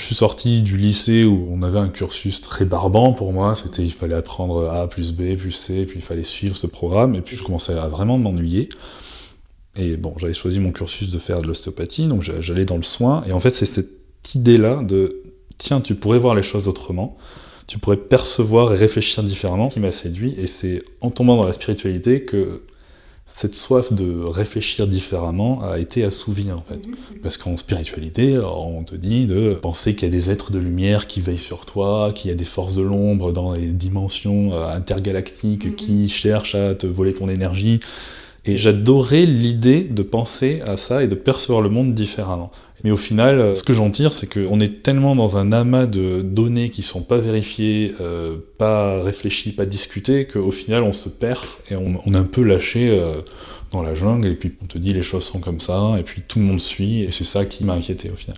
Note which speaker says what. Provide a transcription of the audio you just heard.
Speaker 1: suis sorti du lycée où on avait un cursus très barbant pour moi, il fallait apprendre A plus B plus C, puis il fallait suivre ce programme, et puis je commençais à vraiment m'ennuyer. Et bon, j'avais choisi mon cursus de faire de l'ostéopathie, donc j'allais dans le soin, et en fait c'est cette idée-là de, tiens, tu pourrais voir les choses autrement, tu pourrais percevoir et réfléchir différemment, qui m'a séduit, et c'est en tombant dans la spiritualité que cette soif de réfléchir différemment a été assouvie, en fait. Parce qu'en spiritualité, on te dit de penser qu'il y a des êtres de lumière qui veillent sur toi, qu'il y a des forces de l'ombre dans les dimensions intergalactiques qui cherchent à te voler ton énergie. Et j'adorais l'idée de penser à ça et de percevoir le monde différemment. Mais au final, ce que j'en tire, c'est qu'on est tellement dans un amas de données qui sont pas vérifiées, pas réfléchies, pas discutées, qu'au final on se perd et on est un peu lâché dans la jungle, et puis on te dit les choses sont comme ça, et puis tout le monde suit, et c'est ça qui m'a inquiété au final.